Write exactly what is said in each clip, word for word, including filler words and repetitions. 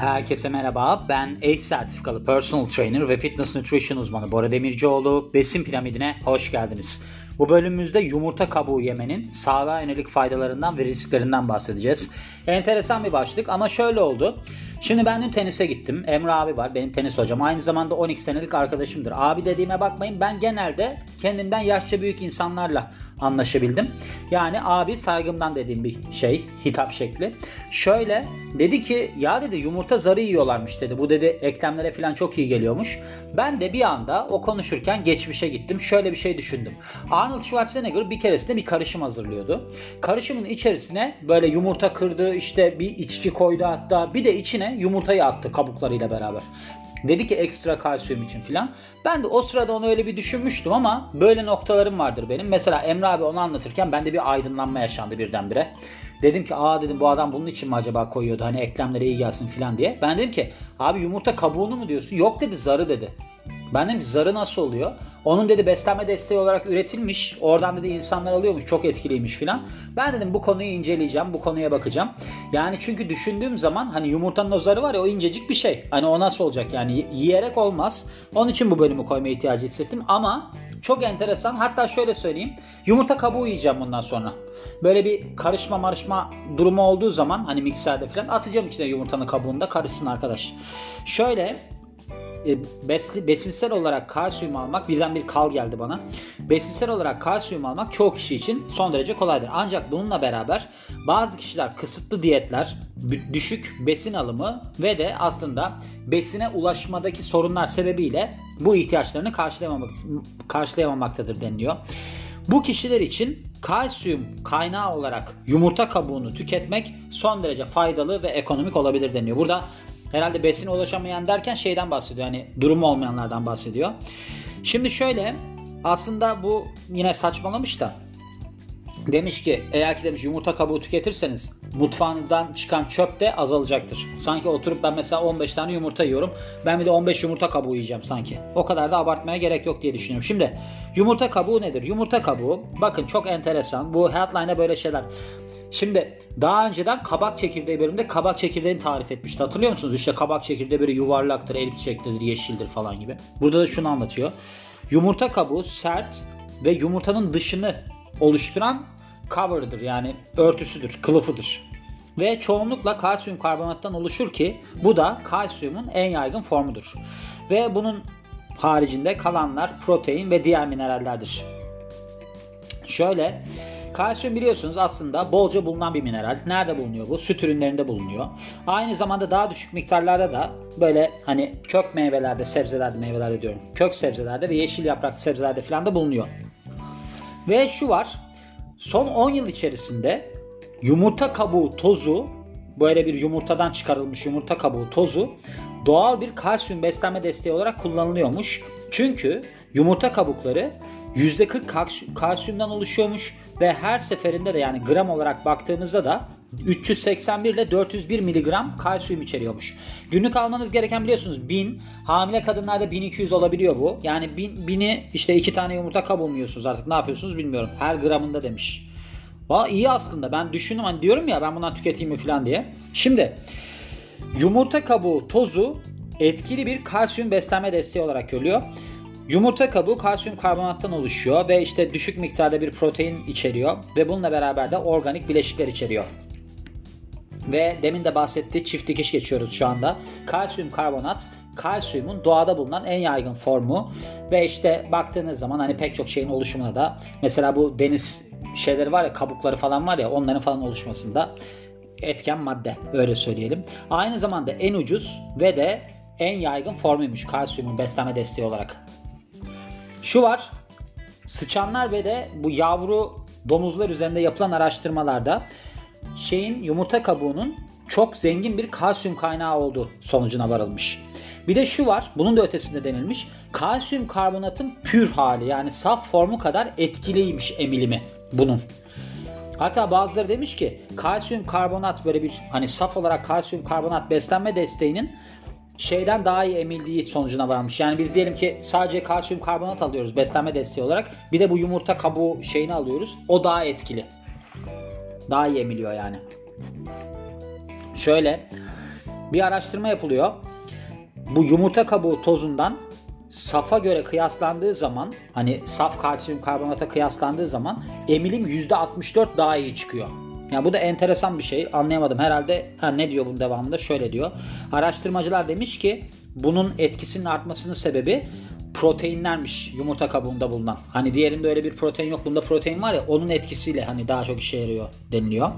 Herkese merhaba, ben A C E sertifikalı personal trainer ve fitness nutrition uzmanı Bora Demircioğlu. Besin piramidine hoş geldiniz. Bu bölümümüzde yumurta kabuğu yemenin sağlığa yönelik faydalarından ve risklerinden bahsedeceğiz. Enteresan bir başlık ama şöyle oldu. Şimdi ben dün tenise gittim. Emre abi var, benim tenis hocam. Aynı zamanda on iki senelik arkadaşımdır. Abi dediğime bakmayın, ben genelde kendimden yaşça büyük insanlarla anlaşabildim. Yani abi saygımdan dediğim bir şey, hitap şekli. Şöyle dedi ki, ya dedi yumurta zarı yiyorlarmış dedi. Bu dedi eklemlere falan çok iyi geliyormuş. Ben de bir anda o konuşurken geçmişe gittim. Şöyle bir şey düşündüm. Arnold Schwarzenegger bir keresinde bir karışım hazırlıyordu. Karışımın içerisine böyle yumurta kırdı, işte bir içki koydu, hatta bir de içine yumurtayı attı kabuklarıyla beraber. Dedi ki ekstra kalsiyum için filan. Ben de o sırada onu öyle bir düşünmüştüm ama böyle noktalarım vardır benim. Mesela Emre abi onu anlatırken bende bir aydınlanma yaşandı birdenbire. Dedim ki aa dedim bu adam bunun için mi acaba koyuyordu, hani eklemlere iyi gelsin filan diye. Ben dedim ki abi yumurta kabuğunu mu diyorsun? Yok dedi, zarı dedi. Ben dedim ki zarı nasıl oluyor? Onun dedi beslenme desteği olarak üretilmiş. Oradan dedi insanlar alıyormuş. Çok etkiliymiş filan. Ben dedim bu konuyu inceleyeceğim. Bu konuya bakacağım. Yani çünkü düşündüğüm zaman hani yumurtanın o zarı var ya, o incecik bir şey. Hani o nasıl olacak yani, yiyerek olmaz. Onun için bu bölümü koymaya ihtiyacı hissettim. Ama çok enteresan. Hatta şöyle söyleyeyim. Yumurta kabuğu yiyeceğim bundan sonra. Böyle bir karışma marışma durumu olduğu zaman hani mikserde filan atacağım içine yumurtanın kabuğunu da karışsın arkadaş. Şöyle besinsel olarak kalsiyum almak, birden bir kal geldi bana. Besinsel olarak kalsiyum almak çoğu kişi için son derece kolaydır. Ancak bununla beraber bazı kişiler kısıtlı diyetler, düşük besin alımı ve de aslında besine ulaşmadaki sorunlar sebebiyle bu ihtiyaçlarını karşılayamamak, karşılayamamaktadır deniliyor. Bu kişiler için kalsiyum kaynağı olarak yumurta kabuğunu tüketmek son derece faydalı ve ekonomik olabilir deniyor. Burada herhalde besine ulaşamayan derken şeyden bahsediyor. Yani durumu olmayanlardan bahsediyor. Şimdi şöyle, aslında bu yine saçmalamış da. Demiş ki eğer ki demiş yumurta kabuğu tüketirseniz mutfağınızdan çıkan çöp de azalacaktır. Sanki oturup ben mesela on beş tane yumurta yiyorum. Ben bir de on beş yumurta kabuğu yiyeceğim sanki. O kadar da abartmaya gerek yok diye düşünüyorum. Şimdi yumurta kabuğu nedir? Yumurta kabuğu, bakın çok enteresan. Bu headline'da böyle şeyler. Şimdi daha önceden kabak çekirdeği bölümünde kabak çekirdeğini tarif etmişti. Hatırlıyor musunuz? İşte kabak çekirdeği böyle yuvarlaktır, elips şeklidir, yeşildir falan gibi. Burada da şunu anlatıyor. Yumurta kabuğu sert ve yumurtanın dışını oluşturan cover'dır, yani örtüsüdür, kılıfıdır. Ve çoğunlukla kalsiyum karbonattan oluşur ki bu da kalsiyumun en yaygın formudur. Ve bunun haricinde kalanlar protein ve diğer minerallerdir. Şöyle, kalsiyum biliyorsunuz aslında bolca bulunan bir mineral. Nerede bulunuyor bu? Süt ürünlerinde bulunuyor. Aynı zamanda daha düşük miktarlarda da böyle hani kök meyvelerde, sebzelerde, meyvelerde diyorum. Kök sebzelerde ve yeşil yapraklı sebzelerde falan da bulunuyor. Ve şu var. Son on yıl içerisinde yumurta kabuğu tozu, böyle bir yumurtadan çıkarılmış yumurta kabuğu tozu doğal bir kalsiyum beslenme desteği olarak kullanılıyormuş. Çünkü yumurta kabukları yüzde kırk kalsiyumdan oluşuyormuş ve her seferinde de yani gram olarak baktığımızda da üç yüz seksen bir ile dört yüz bir miligram kalsiyum içeriyormuş. Günlük almanız gereken biliyorsunuz bin, hamile kadınlarda bin iki yüz olabiliyor bu. Yani bin, bini işte iki tane yumurta kabuğu mu yiyorsunuz, artık ne yapıyorsunuz bilmiyorum. Her gramında demiş. Valla iyi aslında, ben düşündüm hani, diyorum ya ben bundan tüketeyim mi falan diye. Şimdi yumurta kabuğu tozu etkili bir kalsiyum beslenme desteği olarak görülüyor. Yumurta kabuğu kalsiyum karbonattan oluşuyor ve işte düşük miktarda bir protein içeriyor ve bununla beraber de organik bileşikler içeriyor. Ve demin de bahsettiği çift dikiş geçiyoruz şu anda. Kalsiyum karbonat, kalsiyumun doğada bulunan en yaygın formu ve işte baktığınız zaman hani pek çok şeyin oluşumuna da, mesela bu deniz şeyleri var ya, kabukları falan var ya, onların falan oluşmasında etken madde, öyle söyleyelim. Aynı zamanda en ucuz ve de en yaygın formuymuş kalsiyumun beslenme desteği olarak. Şu var, sıçanlar ve de bu yavru domuzlar üzerinde yapılan araştırmalarda şeyin, yumurta kabuğunun çok zengin bir kalsiyum kaynağı olduğu sonucuna varılmış. Bir de şu var, bunun da ötesinde denilmiş, kalsiyum karbonatın pür hali, yani saf formu kadar etkiliymiş emilimi bunun. Hatta bazıları demiş ki kalsiyum karbonat, böyle bir hani saf olarak kalsiyum karbonat beslenme desteğinin şeyden daha iyi emildiği sonucuna varmış. Yani biz diyelim ki sadece kalsiyum karbonat alıyoruz beslenme desteği olarak, bir de bu yumurta kabuğu şeyini alıyoruz, o daha etkili. Daha iyi emiliyor yani. Şöyle, bir araştırma yapılıyor. Bu yumurta kabuğu tozundan safa göre kıyaslandığı zaman, hani saf kalsiyum karbonata kıyaslandığı zaman emilim yüzde altmış dört daha iyi çıkıyor. Yani bu da enteresan bir şey. Anlayamadım. Herhalde ha, ne diyor bunun devamında? Şöyle diyor. Araştırmacılar demiş ki bunun etkisinin artmasının sebebi proteinlermiş yumurta kabuğunda bulunan. Hani diğerinde öyle bir protein yok. Bunda protein var ya, onun etkisiyle hani daha çok işe yarıyor deniliyor.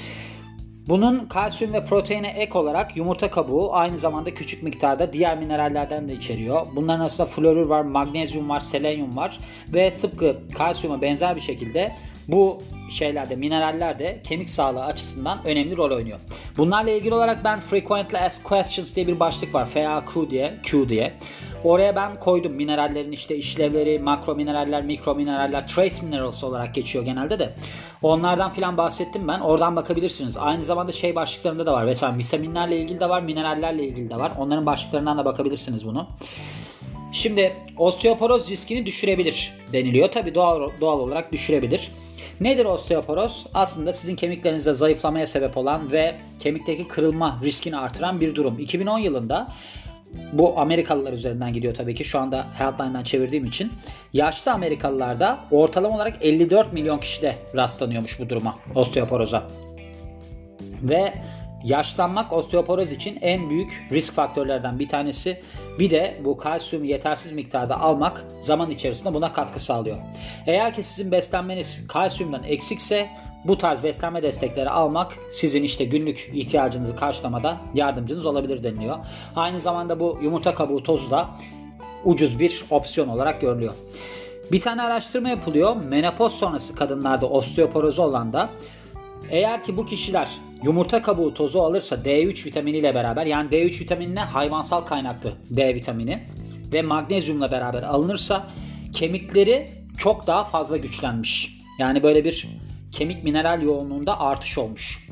Bunun kalsiyum ve proteine ek olarak yumurta kabuğu aynı zamanda küçük miktarda diğer minerallerden de içeriyor. Bunların arasında florür var, magnezyum var, selenyum var ve tıpkı kalsiyuma benzer bir şekilde bu şeylerde, minerallerde kemik sağlığı açısından önemli rol oynuyor. Bunlarla ilgili olarak ben Frequently Asked Questions diye bir başlık var. F A Q diye, Q diye. Oraya ben koydum minerallerin işte işlevleri, makro mineraller, mikro mineraller, trace minerals olarak geçiyor genelde de. Onlardan filan bahsettim ben. Oradan bakabilirsiniz. Aynı zamanda şey başlıklarında da var. Mesela vitaminlerle ilgili de var, minerallerle ilgili de var. Onların başlıklarından da bakabilirsiniz bunu. Şimdi osteoporoz riskini düşürebilir deniliyor. Tabii doğal, doğal olarak düşürebilir. Nedir osteoporoz? Aslında sizin kemiklerinizde zayıflamaya sebep olan ve kemikteki kırılma riskini artıran bir durum. iki bin on yılında bu Amerikalılar üzerinden gidiyor tabii ki. Şu anda Healthline'dan çevirdiğim için. Yaşlı Amerikalılarda ortalama olarak elli dört milyon kişide rastlanıyormuş bu duruma, osteoporoza. Ve yaşlanmak osteoporoz için en büyük risk faktörlerden bir tanesi. Bir de bu kalsiyumu yetersiz miktarda almak zaman içerisinde buna katkı sağlıyor. Eğer ki sizin beslenmeniz kalsiyumdan eksikse bu tarz beslenme destekleri almak sizin işte günlük ihtiyacınızı karşılamada yardımcınız olabilir deniliyor. Aynı zamanda bu yumurta kabuğu tozu da ucuz bir opsiyon olarak görülüyor. Bir tane araştırma yapılıyor. Menopoz sonrası kadınlarda osteoporozu olan da eğer ki bu kişiler yumurta kabuğu tozu alırsa D üç vitaminiyle beraber, yani D üç vitaminine hayvansal kaynaklı D vitamini ve magnezyumla beraber alınırsa kemikleri çok daha fazla güçlenmiş. Yani böyle bir kemik mineral yoğunluğunda artış olmuş.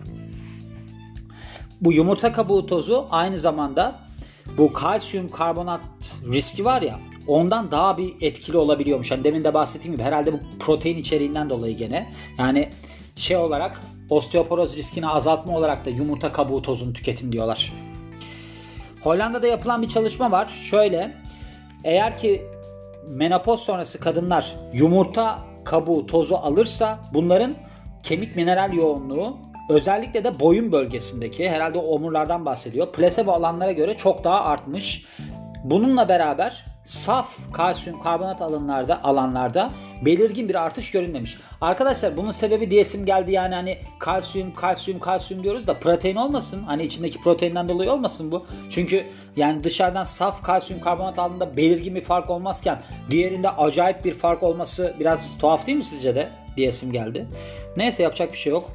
Bu yumurta kabuğu tozu aynı zamanda bu kalsiyum karbonat riski var ya, ondan daha bir etkili olabiliyormuş. Yani demin de bahsettiğim gibi herhalde bu protein içeriğinden dolayı gene. Yani şey olarak osteoporoz riskini azaltma olarak da yumurta kabuğu tozunu tüketin diyorlar. Hollanda'da yapılan bir çalışma var. Şöyle, eğer ki menopoz sonrası kadınlar yumurta kabuğu tozu alırsa bunların kemik mineral yoğunluğu özellikle de boyun bölgesindeki, herhalde omurlardan bahsediyor, plasebo alanlara göre çok daha artmış. Bununla beraber saf kalsiyum karbonat alanlarda, alanlarda belirgin bir artış görülmemiş. Arkadaşlar bunun sebebi diyesim geldi, yani hani kalsiyum kalsiyum kalsiyum diyoruz da protein olmasın. Hani içindeki proteinden dolayı olmasın bu. Çünkü yani dışarıdan saf kalsiyum karbonat alanında belirgin bir fark olmazken diğerinde acayip bir fark olması biraz tuhaf değil mi sizce de? Diyesim geldi. Neyse, yapacak bir şey yok.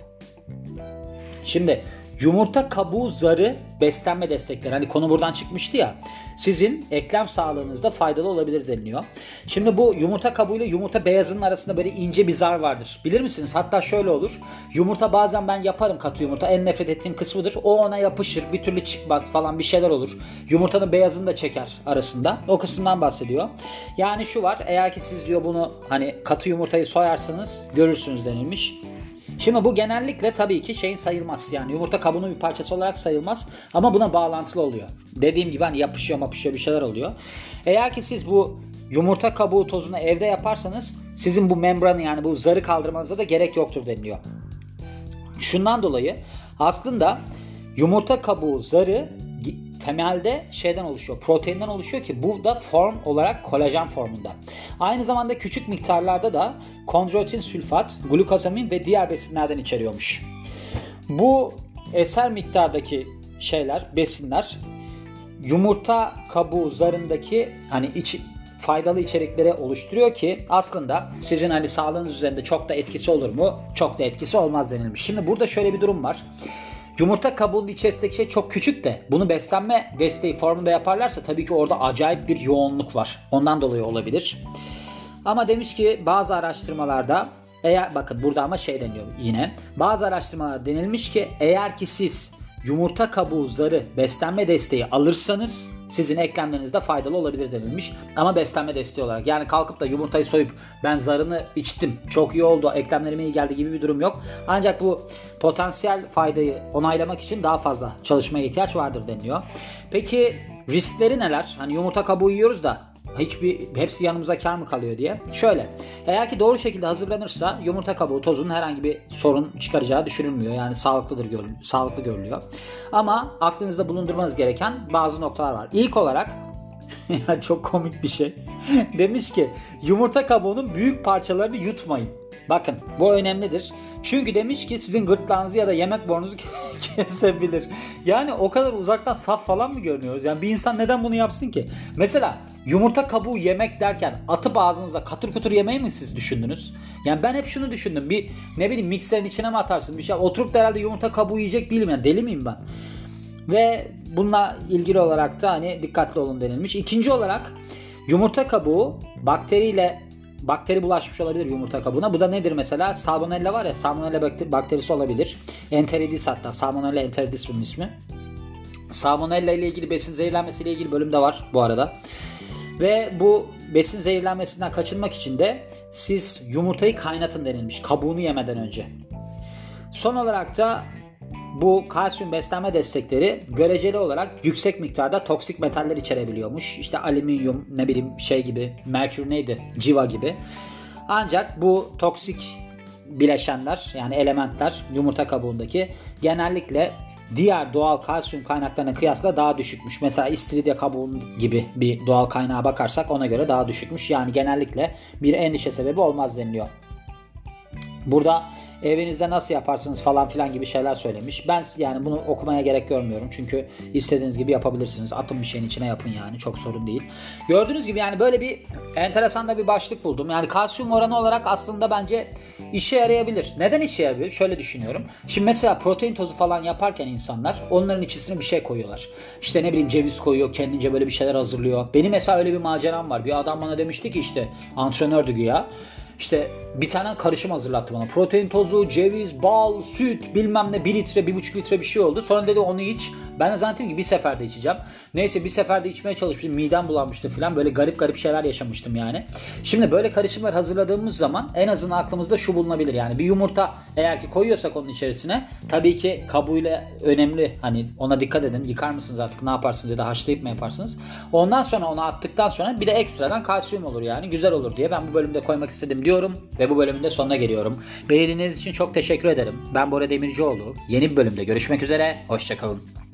Şimdi yumurta kabuğu zarı beslenme destekleri. Hani konu buradan çıkmıştı ya. Sizin eklem sağlığınızda faydalı olabilir deniliyor. Şimdi bu yumurta kabuğuyla yumurta beyazının arasında böyle ince bir zar vardır. Bilir misiniz? Hatta şöyle olur. Yumurta bazen ben yaparım, katı yumurta. En nefret ettiğim kısmıdır. O ona yapışır. Bir türlü çıkmaz falan, bir şeyler olur. Yumurtanın beyazını da çeker arasında. O kısımdan bahsediyor. Yani şu var. Eğer ki siz diyor bunu hani katı yumurtayı soyarsanız görürsünüz denilmiş. Şimdi bu genellikle tabii ki şeyin sayılmaz. Yani yumurta kabuğunun bir parçası olarak sayılmaz. Ama buna bağlantılı oluyor. Dediğim gibi hani yapışıyor yapışıyor bir şeyler oluyor. Eğer ki siz bu yumurta kabuğu tozunu evde yaparsanız sizin bu membranı, yani bu zarı kaldırmanıza da gerek yoktur deniliyor. Şundan dolayı aslında yumurta kabuğu zarı temelde şeyden oluşuyor, proteinden oluşuyor ki bu da form olarak kolajen formunda. Aynı zamanda küçük miktarlarda da kondroitin sülfat, glukozamin ve diğer besinlerden içeriyormuş. Bu eser miktardaki şeyler, besinler yumurta kabuğu zarındaki hani iç faydalı içerikleri oluşturuyor ki aslında sizin hani sağlığınız üzerinde çok da etkisi olur mu? Çok da etkisi olmaz denilmiş. Şimdi burada şöyle bir durum var. Yumurta kabuğunun içerisindeki şey çok küçük de bunu beslenme desteği formunda yaparlarsa tabii ki orada acayip bir yoğunluk var. Ondan dolayı olabilir. Ama demiş ki bazı araştırmalarda, eğer bakın burada ama şey deniyor yine. Bazı araştırmalarda denilmiş ki eğer ki siz yumurta kabuğu, zarı, beslenme desteği alırsanız sizin eklemlerinizde faydalı olabilir denilmiş. Ama beslenme desteği olarak, yani kalkıp da yumurtayı soyup ben zarını içtim, çok iyi oldu, eklemlerime iyi geldi gibi bir durum yok. Ancak bu potansiyel faydayı onaylamak için daha fazla çalışmaya ihtiyaç vardır deniliyor. Peki riskleri neler? Hani yumurta kabuğu yiyoruz da hiçbir hepsi yanımıza kar mı kalıyor diye. Şöyle, eğer ki doğru şekilde hazırlanırsa yumurta kabuğu tozunun herhangi bir sorun çıkaracağı düşünülmüyor. Yani sağlıklıdır görün, sağlıklı görülüyor. Ama aklınızda bulundurmanız gereken bazı noktalar var. İlk olarak ya çok komik bir şey. Demiş ki yumurta kabuğunun büyük parçalarını yutmayın. Bakın bu önemlidir. Çünkü demiş ki sizin gırtlağınızı ya da yemek borunuzu kesebilir. Yani o kadar uzaktan saf falan mı görünüyoruz? Yani bir insan neden bunu yapsın ki? Mesela yumurta kabuğu yemek derken atıp ağzınıza katır kutur yemeyi mi siz düşündünüz? Yani ben hep şunu düşündüm. Bir ne bileyim mikserin içine mi atarsın bir şey? Oturup da herhalde yumurta kabuğu yiyecek değilim yani. Deli miyim ben? Ve bununla ilgili olarak da hani dikkatli olun denilmiş. İkinci olarak yumurta kabuğu bakteriyle Bakteri bulaşmış olabilir yumurta kabuğuna. Bu da nedir mesela? Salmonella var ya, salmonella bakterisi olabilir. Enteridis, hatta salmonella enteridis bunun ismi. Salmonella ile ilgili besin zehirlenmesi ile ilgili bölüm de var bu arada. Ve bu besin zehirlenmesinden kaçınmak için de siz yumurtayı kaynatın denilmiş kabuğunu yemeden önce. Son olarak da bu kalsiyum beslenme destekleri göreceli olarak yüksek miktarda toksik metaller içerebiliyormuş. İşte alüminyum, ne bileyim şey gibi, merkür neydi? Civa gibi. Ancak bu toksik bileşenler, yani elementler yumurta kabuğundaki genellikle diğer doğal kalsiyum kaynaklarına kıyasla daha düşükmüş. Mesela istiridye kabuğu gibi bir doğal kaynağa bakarsak ona göre daha düşükmüş. Yani genellikle bir endişe sebebi olmaz deniliyor. Burada evinizde nasıl yaparsınız falan filan gibi şeyler söylemiş. Ben yani bunu okumaya gerek görmüyorum. Çünkü istediğiniz gibi yapabilirsiniz. Atın bir şeyin içine yapın yani. Çok sorun değil. Gördüğünüz gibi yani böyle bir enteresan da bir başlık buldum. Yani kalsiyum oranı olarak aslında bence işe yarayabilir. Neden işe yarayabilir? Şöyle düşünüyorum. Şimdi mesela protein tozu falan yaparken insanlar onların içerisine bir şey koyuyorlar. İşte ne bileyim ceviz koyuyor. Kendince böyle bir şeyler hazırlıyor. Benim mesela öyle bir maceram var. Bir adam bana demişti ki işte antrenördü güya. İşte bir tane karışım hazırlattı bana. Protein tozu, ceviz, bal, süt, bilmem ne, bir litre, bir buçuk litre bir şey oldu. Sonra dedi onu iç. Ben de zannettim ki bir seferde içeceğim. Neyse bir seferde içmeye çalıştım. Midem bulanmıştı falan. Böyle garip garip şeyler yaşamıştım yani. Şimdi böyle karışımlar hazırladığımız zaman en azından aklımızda şu bulunabilir. Yani bir yumurta eğer ki koyuyorsak onun içerisine, tabii ki kabuğuyla önemli. Hani ona dikkat edin. Yıkar mısınız artık, ne yaparsınız ya da haşlayıp mı yaparsınız? Ondan sonra onu attıktan sonra bir de ekstradan kalsiyum olur yani. Güzel olur diye ben bu bölümde koymak istedim diyorum ve bu bölümün de sonuna geliyorum. Beni dinlediğiniz için çok teşekkür ederim. Ben Bora Demircioğlu. Yeni bir bölümde görüşmek üzere. Hoşçakalın.